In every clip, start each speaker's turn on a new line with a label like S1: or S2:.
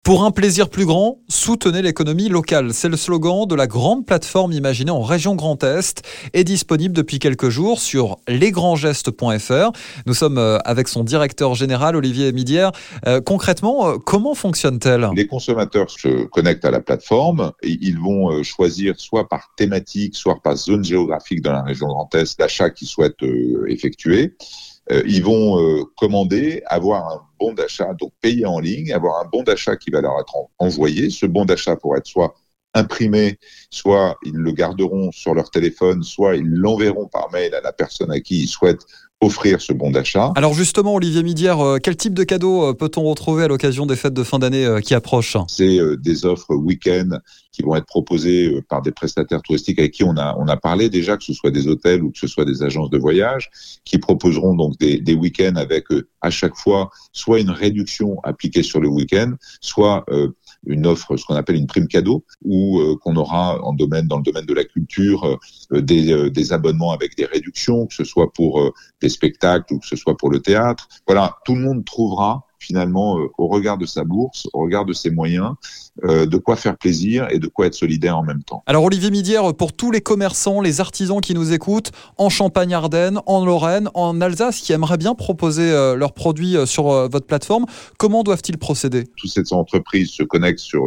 S1: Pour un plaisir plus grand, soutenez l'économie locale. C'est le slogan de la grande plateforme imaginée en région Grand Est et disponible depuis quelques jours sur lesgrandsgestes.fr. Nous sommes avec son directeur général, Olivier Midière. Concrètement, comment fonctionne-t-elle ?
S2: Les consommateurs se connectent à la plateforme et ils vont choisir soit par thématique, soit par zone géographique dans la région Grand Est l'achat qu'ils souhaitent effectuer. Ils vont commander, avoir un bon d'achat, donc payer en ligne, avoir un bon d'achat qui va leur être envoyé. Ce bon d'achat pourrait être soit imprimé, soit ils le garderont sur leur téléphone, soit ils l'enverront par mail à la personne à qui ils souhaitent offrir ce bon d'achat.
S1: Alors justement, Olivier Midière, quel type de cadeau peut-on retrouver à l'occasion des fêtes de fin d'année qui approchent ?
S2: C'est des offres week-end qui vont être proposées par des prestataires touristiques avec qui on a parlé déjà, que ce soit des hôtels ou que ce soit des agences de voyage, qui proposeront donc des week-ends avec à chaque fois soit une réduction appliquée sur le week-end, soit une offre, ce qu'on appelle une prime cadeau, ou qu'on aura dans le domaine de la culture des abonnements avec des réductions, que ce soit pour des spectacles ou que ce soit pour le théâtre. Voilà, tout le monde trouvera finalement au regard de sa bourse, au regard de ses moyens, de quoi faire plaisir et de quoi être solidaire en même temps.
S1: Alors Olivier Midière, pour tous les commerçants, les artisans qui nous écoutent, en Champagne-Ardenne, en Lorraine, en Alsace, qui aimeraient bien proposer leurs produits sur votre plateforme, comment doivent-ils procéder ?
S2: Toutes ces entreprises se connectent sur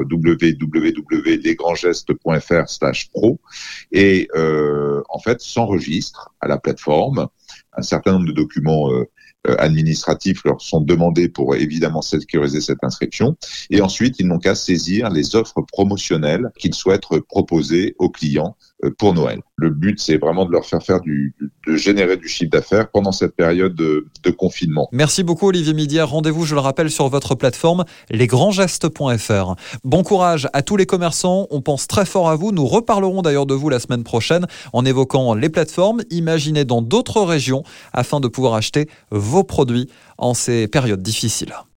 S2: www.lesgrandsgestes.fr/pro et en fait s'enregistrent à la plateforme. Un certain nombre de documents administratifs leur sont demandés pour évidemment sécuriser cette inscription. Et ensuite, ils n'ont qu'à saisir les offres promotionnelles qu'ils souhaitent proposer aux clients pour Noël. Le but, c'est vraiment de leur faire de générer du chiffre d'affaires pendant cette période de confinement.
S1: Merci beaucoup Olivier Midière. Rendez-vous, je le rappelle, sur votre plateforme lesgrandsgestes.fr. Bon courage à tous les commerçants. On pense très fort à vous. Nous reparlerons d'ailleurs de vous la semaine prochaine en évoquant les plateformes imaginées dans d'autres régions afin de pouvoir acheter vos produits en ces périodes difficiles.